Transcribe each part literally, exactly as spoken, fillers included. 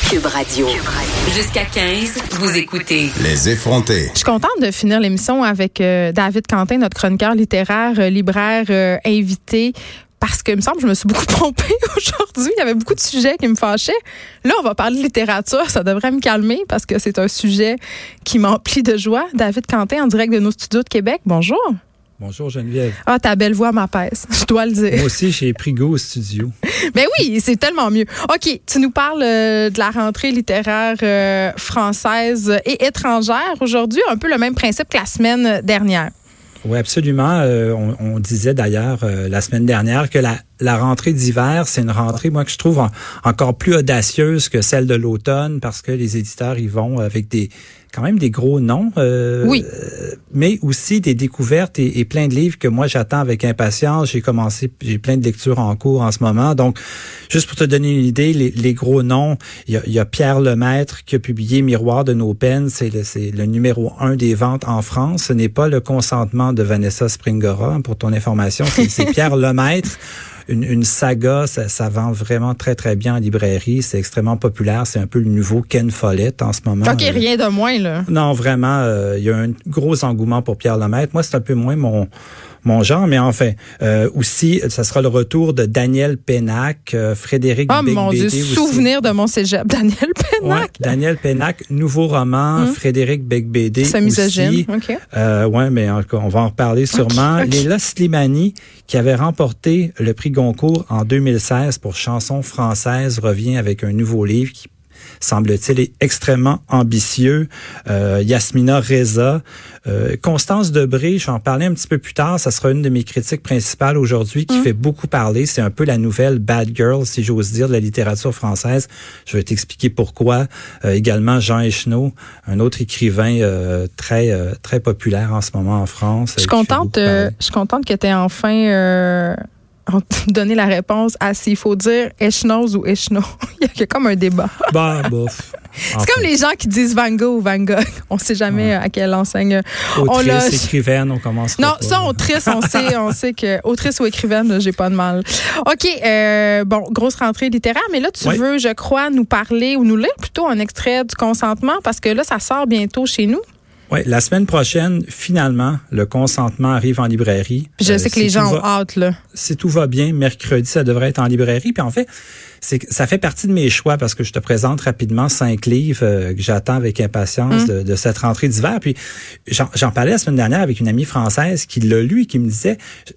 Cube Radio. Jusqu'à quinze, vous écoutez Les effrontés. Je suis contente de finir l'émission avec euh, David Quentin, notre chroniqueur littéraire, euh, libraire euh, invité. Parce que, il me semble que je me suis beaucoup trompée aujourd'hui. Il y avait beaucoup de sujets qui me fâchaient. Là, on va parler de littérature. Ça devrait me calmer parce que c'est un sujet qui m'emplit de joie. David Quentin, en direct de nos studios de Québec. Bonjour. Bonjour Geneviève. Ah, ta belle voix m'apaise, je dois le dire. Moi aussi, j'ai pris goût au studio. Ben oui, c'est tellement mieux. OK, tu nous parles euh, de la rentrée littéraire euh, française et étrangère aujourd'hui. Un peu le même principe que la semaine dernière. Oui, absolument. Euh, on, on disait d'ailleurs euh, la semaine dernière que la, la rentrée d'hiver, c'est une rentrée, moi, que je trouve en, encore plus audacieuse que celle de l'automne parce que les éditeurs y vont avec des quand même des gros noms. Euh, oui. Mais aussi des découvertes et, et plein de livres que moi, j'attends avec impatience. J'ai commencé, j'ai plein de lectures en cours en ce moment. Donc, juste pour te donner une idée, les, les gros noms, il y a, il y a Pierre Lemaitre qui a publié Miroir de nos peines. C'est le, c'est le numéro un des ventes en France. Ce n'est pas Le consentement de Vanessa Springora, pour ton information. C'est, c'est Pierre Lemaitre. Une, une saga, ça, ça vend vraiment très, très bien en librairie. C'est extrêmement populaire. C'est un peu le nouveau Ken Follett en ce moment. OK, rien de moins, là. Non, vraiment, euh, il y a un gros engouement pour Pierre Lemaitre. Moi, c'est un peu moins mon mon genre, mais enfin, euh, aussi, ça sera le retour de Daniel Pénac, euh, Frédéric Oh mon Dieu, Beigbeder souvenir de mon cégep, Daniel Pénac. Ouais, Daniel Pénac, nouveau roman, hum. Frédéric Beigbeder C'est misogyne, OK. Euh, ouais, mais on va en reparler sûrement. Okay, okay. Léla Slimani, qui avait remporté le prix Goncourt en deux mille seize pour chanson française, revient avec un nouveau livre qui, semble-t-il, est extrêmement ambitieux. Euh, Yasmina Reza, euh, Constance Debré, je vais en parler un petit peu plus tard, ça sera une de mes critiques principales aujourd'hui qui mmh. fait beaucoup parler. C'est un peu la nouvelle Bad Girl, si j'ose dire, de la littérature française. Je vais t'expliquer pourquoi. Euh, également Jean Echenoz, un autre écrivain euh, très euh, très populaire en ce moment en France. Je suis contente, euh, je suis contente que tu aies enfin euh... donner la réponse à s'il faut dire Echenoz ou Echenoz. Il y a comme un débat. Bah, bof. C'est comme les gens qui disent Van Gogh ou Van Gogh. On ne sait jamais ouais. à quelle enseigne autrice, on l'a. écrivaine, on commence. Non, pas. ça, autrice, on sait, on sait que autrice ou écrivaine, j'ai pas de mal. OK, euh, bon, grosse rentrée littéraire, mais là, tu ouais. veux, je crois, nous parler ou nous lire plutôt un extrait du consentement parce que là, ça sort bientôt chez nous. Oui, la semaine prochaine, finalement, le consentement arrive en librairie. Puis je euh, sais que si les gens va, ont hâte, là. Si tout va bien, mercredi, ça devrait être en librairie. Puis en fait, c'est ça fait partie de mes choix parce que je te présente rapidement cinq livres euh, que j'attends avec impatience mmh. de, de cette rentrée d'hiver. Puis j'en, j'en parlais la semaine dernière avec une amie française qui l'a lu et qui me disait...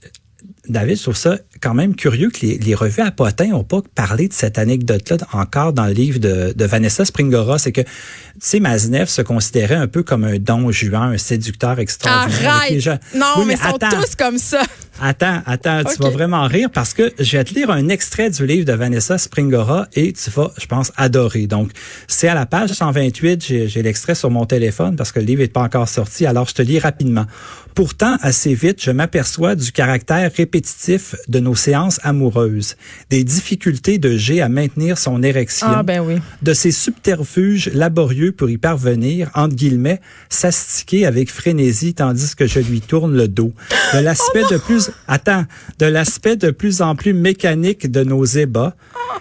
David, je trouve ça quand même curieux que les, les revues à potins n'ont pas parlé de cette anecdote-là encore dans le livre de, de Vanessa Springora. C'est que, tu sais, Mazenev se considérait un peu comme un don Juan, un séducteur extraordinaire. Arrête! Gens... Non, oui, mais ils sont attends, tous comme ça. Attends, attends, okay. Tu vas vraiment rire parce que je vais te lire un extrait du livre de Vanessa Springora et tu vas, je pense, adorer. Donc, c'est à la page cent vingt-huit, j'ai, j'ai l'extrait sur mon téléphone parce que le livre n'est pas encore sorti, alors je te lis rapidement. Pourtant, assez vite, je m'aperçois du caractère répétitif de nos séances amoureuses, des difficultés de G à maintenir son érection, ah, ben oui. de ses subterfuges laborieux pour y parvenir, entre guillemets, s'astiquer avec frénésie tandis que je lui tourne le dos, de l'aspect oh de plus, attends, de l'aspect de plus en plus mécanique de nos ébats,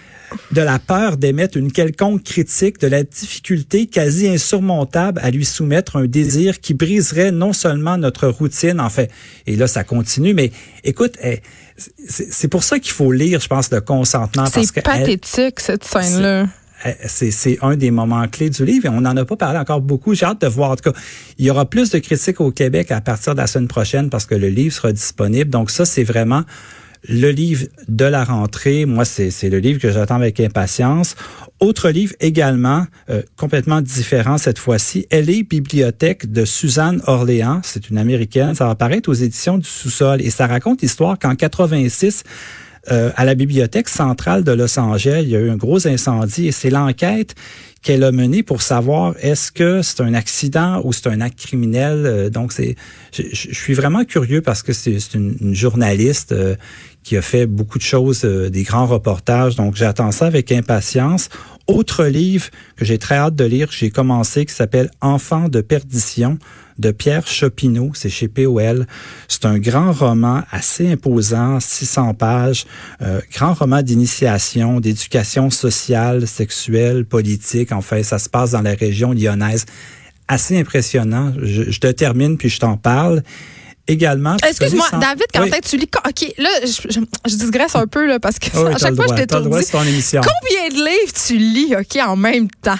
de la peur d'émettre une quelconque critique, de la difficulté quasi insurmontable à lui soumettre un désir qui briserait non seulement notre routine, en fait, et là, ça continue, mais écoute, c'est, c'est pour ça qu'il faut lire, je pense, le consentement. C'est parce que pathétique, elle, cette scène-là. C'est, c'est un des moments clés du livre et on n'en a pas parlé encore beaucoup. J'ai hâte de voir. En tout cas, il y aura plus de critiques au Québec à partir de la semaine prochaine parce que le livre sera disponible. Donc ça, c'est vraiment... le livre de la rentrée, moi, c'est, c'est le livre que j'attends avec impatience. Autre livre également, euh, complètement différent cette fois-ci, Elle est bibliothèque de Suzanne Orléans. C'est une Américaine. Ça va apparaître aux éditions du Sous-sol. Et ça raconte l'histoire qu'en quatre-vingt-six, euh, à la Bibliothèque centrale de Los Angeles, il y a eu un gros incendie et c'est l'enquête qu'elle a menée pour savoir est-ce que c'est un accident ou c'est un acte criminel. Euh, donc, c'est, je, je suis vraiment curieux parce que c'est, c'est une, une journaliste euh, qui a fait beaucoup de choses, euh, des grands reportages. Donc, j'attends ça avec impatience. autre livre que j'ai très hâte de lire, j'ai commencé, qui s'appelle Enfants de perdition de Pierre Chopineau, c'est chez P O L. C'est un grand roman assez imposant, six cents pages, euh, grand roman d'initiation, d'éducation sociale, sexuelle, politique. Enfin, ça se passe dans la région lyonnaise. Assez impressionnant. Je, je te termine puis je t'en parle. Également. Excuse-moi, sans... David, quand oui. tu lis... OK, là, je, je, je digresse un peu, là, parce que oui, à chaque fois, droit, je t'étourdis. Combien de livres tu lis, OK, en même temps?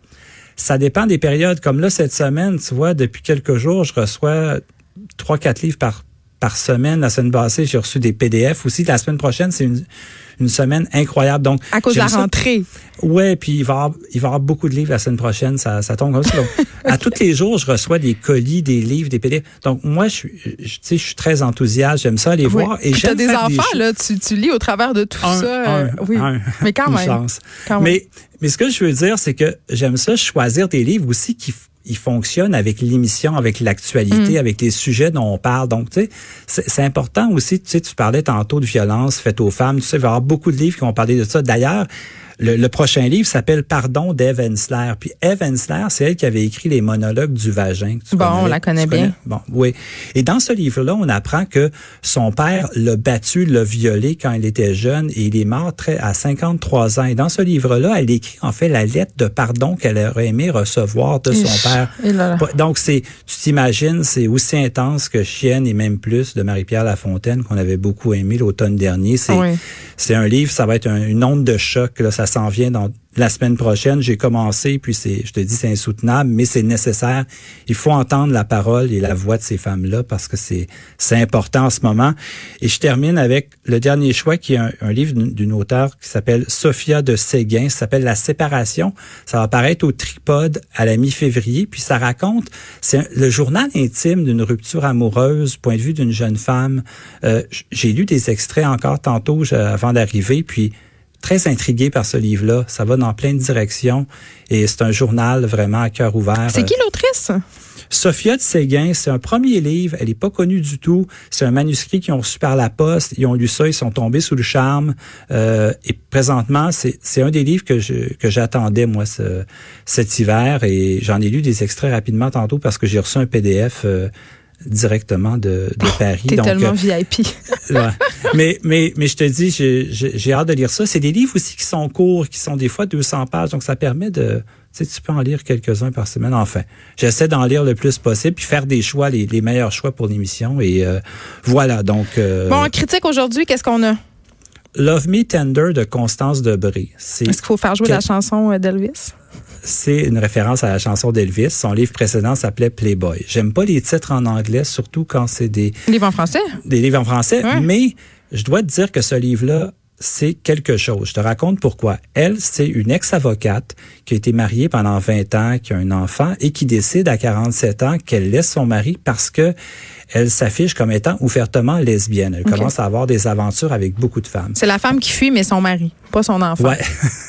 Ça dépend des périodes. Comme là, cette semaine, tu vois, depuis quelques jours, je reçois trois, quatre livres par, par semaine. La semaine passée, j'ai reçu des P D F aussi. La semaine prochaine, c'est une, une semaine incroyable. Donc, à cause de la rentrée. Oui, puis il va y avoir, il va y avoir beaucoup de livres la semaine prochaine. Ça, ça tombe comme ça. Donc, à tous les jours, je reçois des colis, des livres, des P D F. Donc, moi, je suis, je, tu sais, je suis très enthousiaste. J'aime ça aller oui. voir. Et j'aime t'as des enfants, des là. Tu, tu lis au travers de tout un, ça. Un, euh, oui. Un, mais quand une même. Chance. Quand même. Mais, mais ce que je veux dire, c'est que j'aime ça choisir des livres aussi qui ils fonctionnent avec l'émission, avec l'actualité, mmh. avec les sujets dont on parle. Donc, tu sais, c'est, c'est important aussi. Tu sais, tu parlais tantôt de violence faite aux femmes. Tu sais, il va y avoir beaucoup de livres qui vont parler de ça. D'ailleurs, le, le prochain livre s'appelle Pardon d'Ève Ensler. Puis Ève Ensler, c'est elle qui avait écrit les monologues du vagin. Tu bon, connais, on la connaît bien. Connais? Bon, oui. Et dans ce livre-là, on apprend que son père l'a battu, l'a violé quand il était jeune et il est mort très, à cinquante-trois ans. Et dans ce livre-là, elle écrit en fait la lettre de pardon qu'elle aurait aimé recevoir de son Ish. père. Là là. Donc, c'est, tu t'imagines, c'est aussi intense que Chienne et même plus de Marie-Pierre Lafontaine qu'on avait beaucoup aimé l'automne dernier. C'est, oui. c'est un livre, ça va être un, une onde de choc. Là, ça s'en vient dans la semaine prochaine. J'ai commencé, puis c'est, je te dis, c'est insoutenable, mais c'est nécessaire. Il faut entendre la parole et la voix de ces femmes-là parce que c'est, c'est important en ce moment. Et je termine avec le dernier choix, qui est un, un livre d'une, d'une auteure qui s'appelle Sophia de Séguin. Ça s'appelle La séparation. Ça va paraître au Tripode à la mi-février. Puis ça raconte, c'est un, le journal intime d'une rupture amoureuse, point de vue d'une jeune femme. Euh, j'ai lu des extraits encore tantôt avant d'arriver, puis très intrigué par ce livre-là. Ça va dans plein de directions et c'est un journal vraiment à cœur ouvert. C'est qui l'autrice? Sophia de Séguin, c'est un premier livre. Elle est pas connue du tout. C'est un manuscrit qu'ils ont reçu par la poste. Ils ont lu ça, ils sont tombés sous le charme. Euh, et présentement, c'est, c'est un des livres que je, que j'attendais, moi, ce, cet hiver. Et j'en ai lu des extraits rapidement tantôt parce que j'ai reçu un P D F euh, directement de, de Paris. T'es donc, tellement euh, V I P. ouais. Mais, mais, mais je te dis, j'ai, j'ai, j'ai hâte de lire ça. C'est des livres aussi qui sont courts, qui sont des fois deux cents pages. Donc, ça permet de, tu sais, tu peux en lire quelques-uns par semaine. Enfin, j'essaie d'en lire le plus possible puis faire des choix, les, les meilleurs choix pour l'émission. Et euh, voilà, donc... Euh, bon, en critique aujourd'hui, qu'est-ce qu'on a? Love Me Tender de Constance Debré. C'est Est-ce qu'il faut faire jouer que... la chanson d'Elvis? C'est une référence à la chanson d'Elvis. Son livre précédent s'appelait Playboy. J'aime pas les titres en anglais, surtout quand c'est des... Livres en français? Des livres en français, ouais. Mais je dois te dire que ce livre-là, c'est quelque chose. Je te raconte pourquoi. Elle, c'est une ex-avocate qui a été mariée pendant vingt ans, qui a un enfant et qui décide à quarante-sept ans qu'elle laisse son mari parce que elle s'affiche comme étant ouvertement lesbienne. Elle okay. commence à avoir des aventures avec beaucoup de femmes. C'est la femme qui fuit, mais son mari, pas son enfant. Ouais.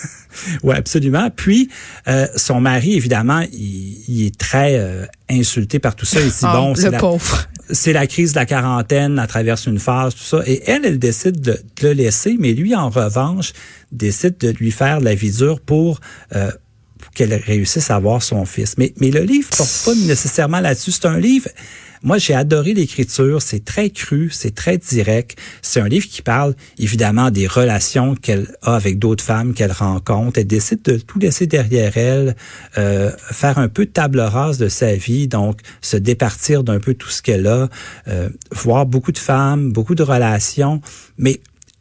Oui, absolument. Puis, euh, son mari, évidemment, il, il est très euh, insulté par tout ça. Il dit, oh, bon, c'est le la, pauvre. c'est la crise de la quarantaine, elle traverse une phase, tout ça. Et elle, elle décide de, de le laisser, mais lui, en revanche, décide de lui faire la vie dure pour... Euh, qu'elle réussisse à avoir son fils. Mais, mais le livre ne porte pas nécessairement là-dessus. C'est un livre... Moi, j'ai adoré l'écriture. C'est très cru, c'est très direct. C'est un livre qui parle, évidemment, des relations qu'elle a avec d'autres femmes qu'elle rencontre. Elle décide de tout laisser derrière elle, euh, faire un peu de table rase de sa vie, donc se départir d'un peu tout ce qu'elle a, euh, voir beaucoup de femmes, beaucoup de relations, mais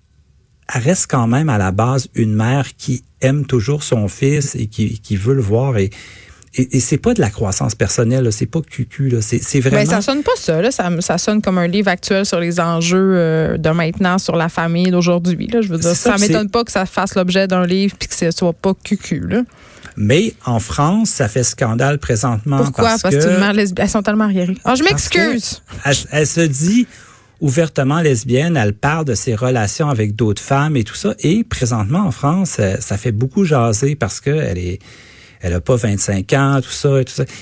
elle reste quand même à la base une mère qui aime toujours son fils et qui, qui veut le voir. Et, et, et c'est pas de la croissance personnelle, là, c'est pas cucu, là, c'est, c'est vraiment... Ben, ça sonne pas ça, là. Ça, ça sonne comme un livre actuel sur les enjeux euh, de maintenant, sur la famille d'aujourd'hui. Là. Je veux dire, c'est ça, ça m'étonne pas que ça fasse l'objet d'un livre puis que ce soit pas cucu, là. Mais en France, ça fait scandale présentement. Pourquoi? Parce, parce que... que une mère lesbienne, elles sont tellement arriérées. Oh, je m'excuse! Elle, elle se dit... ouvertement lesbienne, elle parle de ses relations avec d'autres femmes et tout ça. Et présentement, en France, ça fait beaucoup jaser parce que elle est, elle a pas vingt-cinq ans, tout ça et tout ça. Et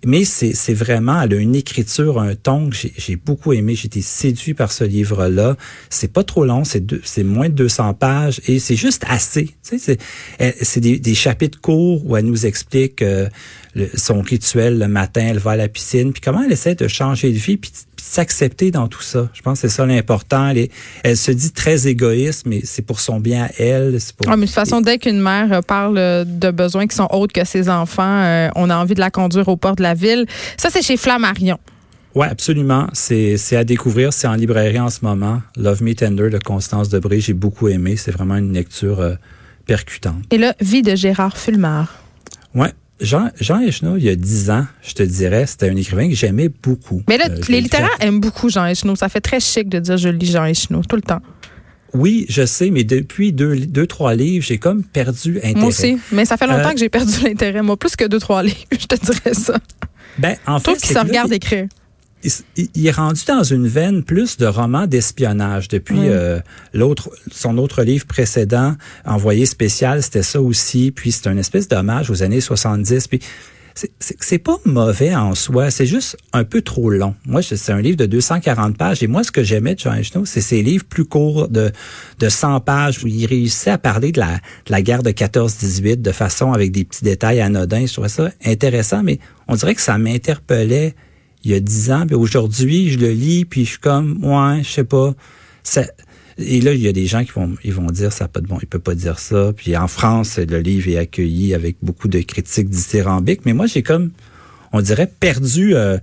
mais c'est, c'est vraiment, elle a une écriture, un ton que j'ai, j'ai beaucoup aimé. J'ai été séduit par ce livre-là. C'est pas trop long, c'est, deux, c'est moins de deux cents pages et c'est juste assez. Tu sais, c'est, elle, c'est des, des chapitres courts où elle nous explique euh, le, son rituel le matin, elle va à la piscine, puis comment elle essaie de changer de vie, puis, puis s'accepter dans tout ça. Je pense que c'est ça l'important. Elle, est, elle se dit très égoïste, mais c'est pour son bien à elle. C'est pour... Ah, mais de toute façon, dès qu'une mère parle de besoins qui sont autres que ses enfants, euh, on a envie de la conduire au port de la ville. Ça, c'est chez Flammarion. Oui, absolument. C'est, c'est à découvrir. C'est en librairie en ce moment. Love Me Tender de Constance Debré. J'ai beaucoup aimé. C'est vraiment une lecture euh, percutante. Et là, Vie de Gérard Fulmar. Oui. Jean, Jean Echenoz, il y a dix ans, je te dirais, c'était un écrivain que j'aimais beaucoup. Mais là, euh, les littéraires aiment beaucoup Jean Echenoz. Ça fait très chic de dire je lis Jean Echenoz tout le temps. Oui, je sais, mais depuis deux, deux trois livres, j'ai comme perdu intérêt. Moi aussi, mais ça fait longtemps euh, que j'ai perdu l'intérêt. Moi, plus que deux, trois livres, je te dirais ça. Ben, en Je trouve fait, qu'il se regarde écrire. Il, il est rendu dans une veine plus de romans d'espionnage depuis oui. euh, l'autre, son autre livre précédent, Envoyé spécial, c'était ça aussi. Puis c'est une espèce d'hommage aux années soixante-dix. Puis c'est, c'est, c'est pas mauvais en soi, c'est juste un peu trop long. Moi, c'est un livre de deux cent quarante pages. Et moi, ce que j'aimais de Jean Echenoz, c'est ces livres plus courts de de cent pages où il réussissait à parler de la de la guerre de quatorze dix-huit de façon avec des petits détails anodins. Je trouvais ça intéressant, mais on dirait que ça m'interpellait il y a dix ans, puis aujourd'hui, je le lis, puis je suis comme, ouais, je sais pas. Ça, et là, il y a des gens qui vont ils vont dire, ça n'a pas de bon, il peut pas dire ça. Puis en France, le livre est accueilli avec beaucoup de critiques dithyrambiques, mais moi, j'ai comme, on dirait, perdu euh,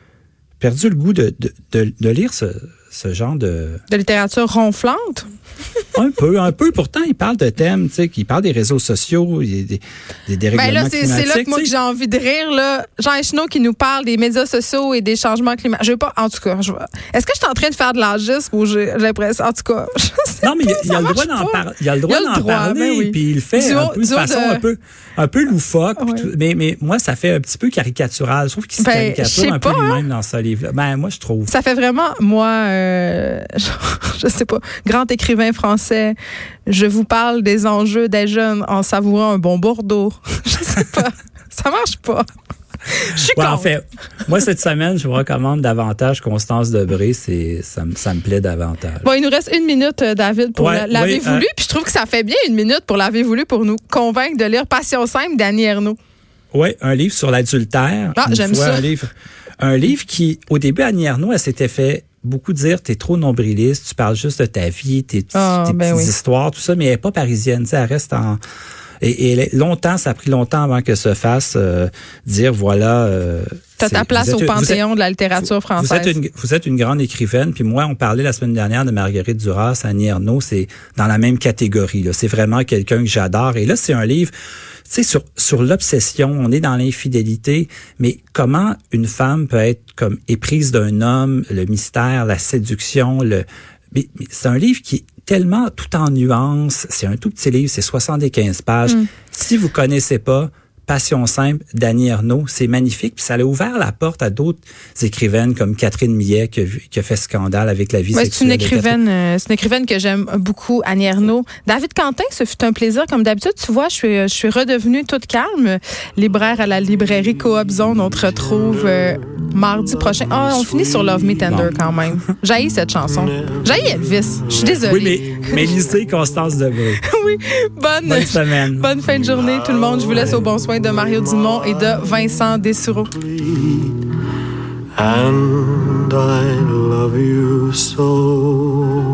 perdu le goût de, de, de, de lire ce, ce genre de... De littérature ronflante? Un peu, un peu. Pourtant, il parle de thèmes, tu sais, il parle des réseaux sociaux, des, des, des dérèglements ben là, c'est, climatiques. C'est là que moi que j'ai envie de rire, là. Jean Echenoz qui nous parle des médias sociaux et des changements climatiques. Je veux pas, en tout cas, je veux... Est-ce que je suis en train de faire de l'agisme ou j'ai l'impression, en tout cas, je sais non, mais pas, il y a, il y a le droit d'en parler. Il y a le droit d'en droit, parler, ben oui. Puis il le fait du un peu de façon de... un peu, un peu loufoque. Ouais. Tout, mais, mais moi, ça fait un petit peu caricatural. Je trouve qu'il se ben, caricature un pas, peu hein? lui-même dans ce livre-là. Ben, moi, je trouve. Ça fait vraiment, moi, euh, je sais pas, grand écrivain français. Je vous parle des enjeux des jeunes en savourant un bon Bordeaux. Je sais pas. Ça marche pas. Je suis ouais, con. En fait, moi, cette semaine, je vous recommande davantage Constance Debré. C'est, ça, ça me plaît davantage. Bon, il nous reste une minute, David, pour ouais, l'avez oui, voulu. Euh, Puis je trouve que ça fait bien une minute pour l'avez voulu pour nous convaincre de lire Passion simple d'Annie Ernaux. Oui, un livre sur l'adultère. Ah, j'aime fois, ça. Un livre, un livre qui, au début, Annie Ernaux, elle s'était fait beaucoup dire, t'es trop nombriliste, tu parles juste de ta vie, tes, oh, tes ben petites oui. histoires, tout ça, mais elle n'est pas parisienne, elle reste en... Et, et longtemps, ça a pris longtemps avant que se fasse euh, dire, voilà... Euh, T'as ta place au panthéon êtes, de la littérature française. Vous êtes, une, vous êtes une grande écrivaine, puis moi, on parlait la semaine dernière de Marguerite Duras, Annie Ernaux, c'est dans la même catégorie, là. C'est vraiment quelqu'un que j'adore. Et là, c'est un livre... Tu sais, sur, sur l'obsession, on est dans l'infidélité, mais comment une femme peut être comme éprise d'un homme, le mystère, la séduction, le... Mais, mais c'est un livre qui est tellement tout en nuances. C'est un tout petit livre, c'est soixante-quinze pages. Mm. Si vous connaissez pas Passion simple d'Annie Ernaux, c'est magnifique. Puis ça a ouvert la porte à d'autres écrivaines comme Catherine Millet qui a, qui a fait scandale avec la vie ouais, sexuelle. C'est une écrivaine, euh, c'est une écrivaine que j'aime beaucoup, Annie Ernaux. David Quentin, ce fut un plaisir. Comme d'habitude, tu vois, je suis, je suis redevenue toute calme. Libraire à la librairie Coop Zone. On te retrouve euh, mardi prochain. Ah, oh, on finit sur Love Me Tender bon. Quand même. J'haïs cette chanson. J'haïs Elvis. Je suis désolée. Oui, mais, mais lisez Constance Debré. Oui. Bonne, bonne semaine. Bonne fin de journée, tout le monde. Je vous laisse au bon soin de Mario Dumont et de Vincent Dessureau. And I love you so.